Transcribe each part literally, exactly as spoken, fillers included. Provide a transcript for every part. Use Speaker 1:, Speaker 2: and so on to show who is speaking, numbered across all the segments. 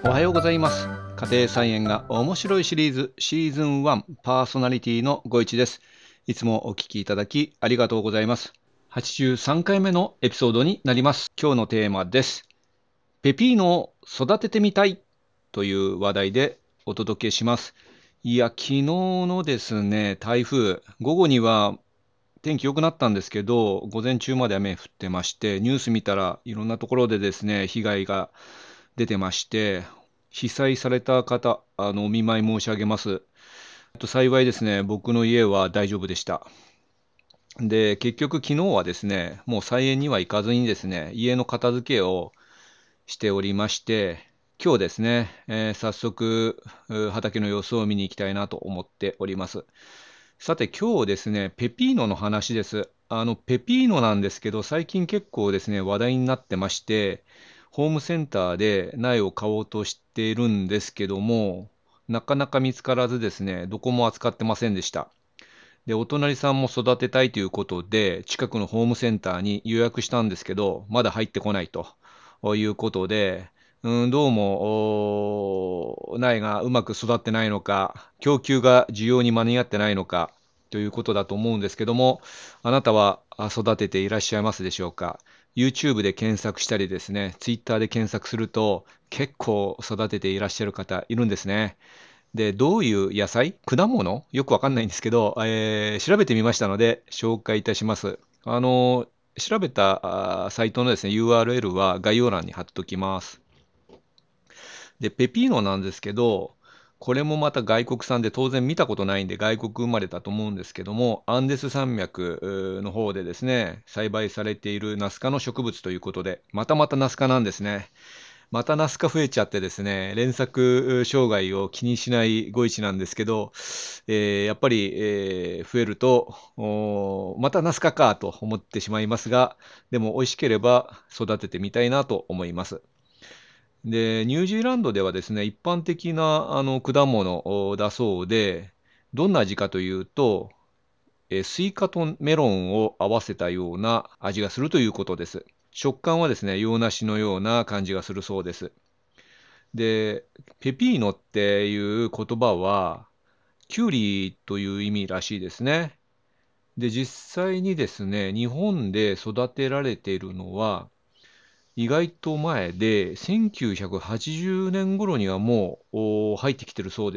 Speaker 1: おはようございます。家庭菜園が面白いシリーズシーズンワンパーソナリティのごいちです。いつもお聞きいただきありがとうございます。はちじゅうさんかいめのエピソードになります。今日のテーマです。ペピーノを育ててみたいという話題でお届けします。いや、昨日のですね、台風、午後には天気良くなったんですけど、午前中まで雨降ってまして、ニュース見たらいろんなところでですね、被害が出てまして、被災された方、あのお見舞い申し上げます。と幸いですね、僕の家は大丈夫でした。で、結局昨日はですね、もう菜園には行かずにですね、家の片付けをしておりまして、今日ですね、えー早速、う畑の様子を見に行きたいなと思っております。さて、今日ですね、ペピーノの話です。あの、ペピーノなんですけど、最近結構ですね、話題になってまして、ホームセンターで苗を買おうとしているんですけども、なかなか見つからずですね、どこも扱ってませんでした。で、お隣さんも育てたいということで、近くのホームセンターに予約したんですけど、まだ入ってこないということで、うん、どうも、お苗がうまく育ってないのか、供給が需要に間に合ってないのかということだと思うんですけども、あなたはあ育てていらっしゃいますでしょうか。YouTube で検索したりですね、Twitter で検索すると、結構育てていらっしゃる方いるんですね。で、どういう野菜果物よくわかんないんですけど、えー調べてみましたので、紹介いたします。あの、調べたあーサイトのですね、ユーアールエル は概要欄に貼っておきます。で、ペピーノなんですけど、これもまた外国産で当然見たことないんで外国生まれだと思うんですけども、アンデス山脈うーの方でですね、栽培されているナス科の植物ということで、またまたナス科なんですね。またナスカ増えちゃってですね、連作障害を気にしないご一なんですけど、えーやっぱり、えー増えると、おーまたナスカかと思ってしまいますが、でも美味しければ育ててみたいなと思います。で、ニュージーランドではですね、一般的なあの果物おだそうで、どんな味かというと、えースイカとメロンを合わせたような味がするということです。食感はですね、洋梨のような感じがするそうです。で、ペピーノっていう言葉は、キュウリという意味らしいですね。で、実際にですね、日本で育てられているのは、意外と前で、せんきゅうひゃくはちじゅうねん頃にはもうお入ってきてるそうです。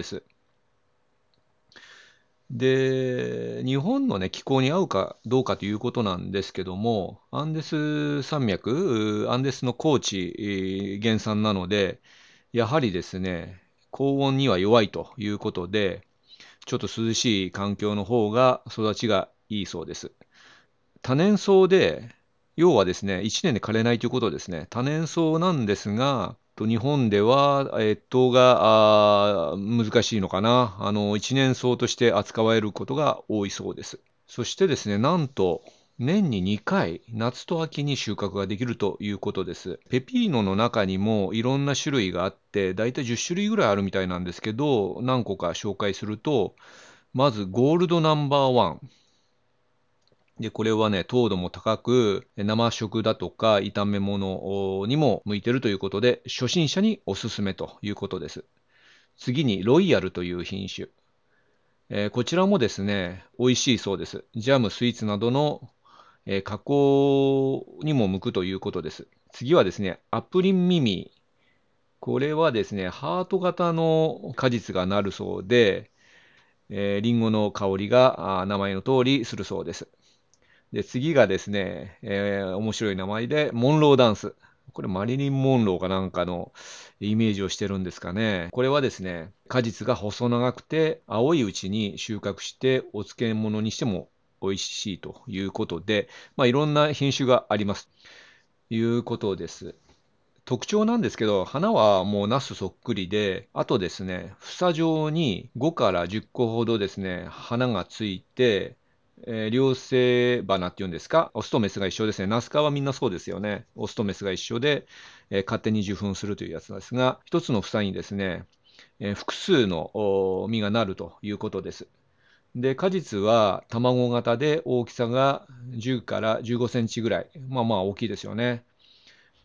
Speaker 1: で、日本のね、気候に合うかどうかということなんですけども、アンデス山脈、うアンデスの高地えー原産なので、やはりですね、高温には弱いということで、ちょっと涼しい環境の方が育ちがいいそうです。多年草で、要はですね、いちねんで枯れないということですね。多年草なんですが、と日本では越冬があー難しいのかな。あの、一年草として扱われることが多いそうです。そしてですね、なんと、年ににかい、夏と秋に収穫ができるということです。ペピーノの中にもいろんな種類があって、だいたいじゅっしゅるいぐらいあるみたいなんですけど、何個か紹介すると、まずゴールドナンバーワン。で、これはね、糖度も高く、生食だとか炒め物にも向いてるということで、初心者におすすめということです。次に、ロイヤルという品種。えーこちらもですね、美味しいそうです。ジャム、スイーツなどの、えー加工にも向くということです。次はですね、アプリンミミ。これはですね、ハート型の果実がなるそうで、えーリンゴの香りがあー名前の通りするそうです。で、次がですね、えー面白い名前で、モンローダンス。これマリリン・モンローかなんかのイメージをしてるんですかね。これはですね、果実が細長くて、青いうちに収穫してお漬物にしても美味しいということで、まあ、いろんな品種があります。ということです。特徴なんですけど、花はもうナスそっくりで、あとですね、房状にごからじゅっこほどですね、花がついて、えー両生花っていうんですか、オスとメスが一緒ですね。ナス科はみんなそうですよね。オスとメスが一緒で、えー勝手に受粉するというやつなんですが、一つの房にですね、えー複数のお実がなるということです。で、果実は卵型で大きさがじゅうからじゅうごセンチぐらい。まあまあ大きいですよね。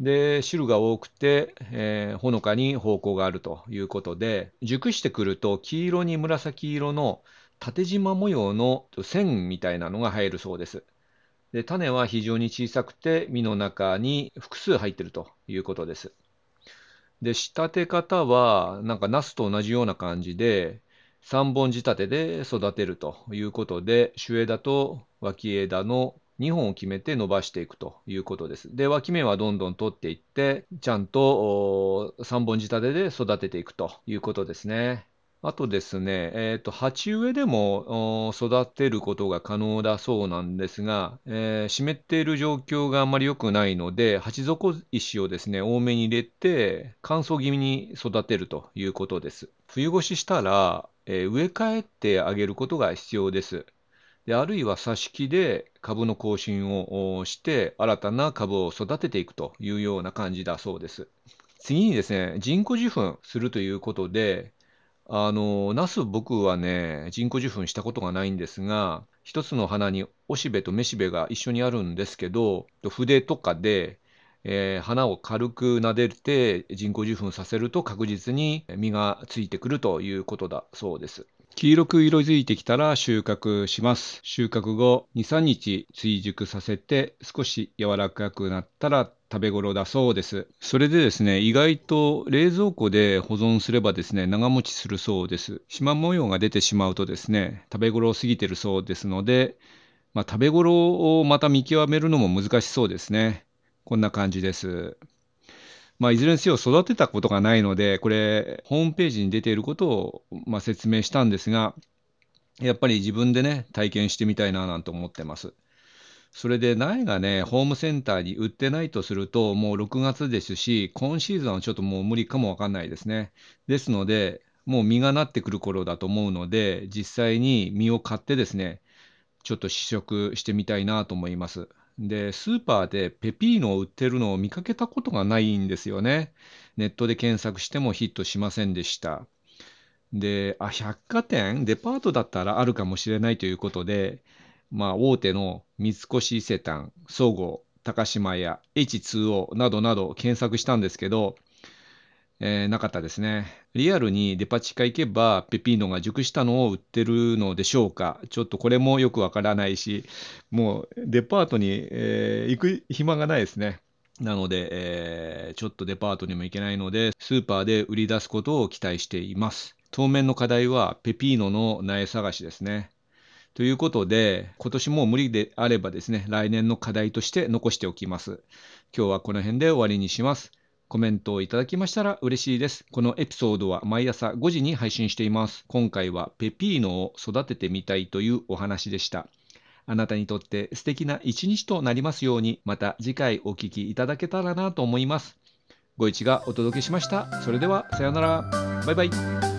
Speaker 1: で、汁が多くて、えーほのかに芳香があるということで、熟してくると黄色に紫色の縦縞模様の線みたいなのが入るそうです。で、種は非常に小さくて、実の中に複数入っているということです。で、仕立て方は、なんかナスと同じような感じで、さんぼん仕立てで育てるということで、主枝と脇枝のにほんを決めて伸ばしていくということです。で、脇芽はどんどん取っていって、ちゃんとおさんぼん仕立てで育てていくということですね。あとですね、えっと、鉢植えでもお育てることが可能だそうなんですが、えー湿っている状況があまり良くないので、鉢底石をですね、多めに入れて、乾燥気味に育てるということです。冬越ししたら、えー植え替えてあげることが必要です。で、あるいは挿し木で株の更新をおして、新たな株を育てていくというような感じだそうです。次にですね、人工授粉するということで、あの、ナス僕はね、人工授粉したことがないんですが、一つの花におしべとめしべが一緒にあるんですけど、筆とかで、えー花を軽く撫でて人工授粉させると確実に実がついてくるということだそうです。黄色く色づいてきたら収穫します。収穫後に、さんにち追熟させて少し柔らかくなったら食べ頃だそうです。それでですね、意外と冷蔵庫で保存すればですね、長持ちするそうです。縞模様が出てしまうとですね、食べ頃を過ぎてるそうですので、まあ、食べ頃をまた見極めるのも難しそうですね。こんな感じです。まあ、いずれにせよ育てたことがないので、これ、ホームページに出ていることを、まあ、説明したんですが、やっぱり自分でね、体験してみたいななんて思ってます。それで苗がね、ホームセンターに売ってないとすると、もうろくがつですし、今シーズンはちょっともう無理かもわかんないですね。ですので、もう実がなってくる頃だと思うので、実際に実を買ってですね、ちょっと試食してみたいなと思います。で、スーパーでペピーノを売ってるのを見かけたことがないんですよね。ネットで検索してもヒットしませんでした。で、あ、百貨店、デパートだったらあるかもしれないということで、まあ、大手の三越伊勢丹、そごう、高島屋、エイチツーオー などなど検索したんですけど、えーなかったですね。リアルにデパ地下行けば、ペピーノが熟したのを売ってるのでしょうか。ちょっとこれもよくわからないし、もうデパートに、えー行く暇がないですね。なので、えーちょっとデパートにも行けないので、スーパーで売り出すことを期待しています。当面の課題はペピーノの苗探しですね。ということで、今年もう無理であればですね、来年の課題として残しておきます。今日はこの辺で終わりにします。コメントをいただきましたら嬉しいです。このエピソードは毎朝ごじに配信しています。今回はペピーノを育ててみたいというお話でした。あなたにとって素敵な一日となりますように、また次回お聞きいただけたらなと思います。ご一がお届けしました。それではさようなら。バイバイ。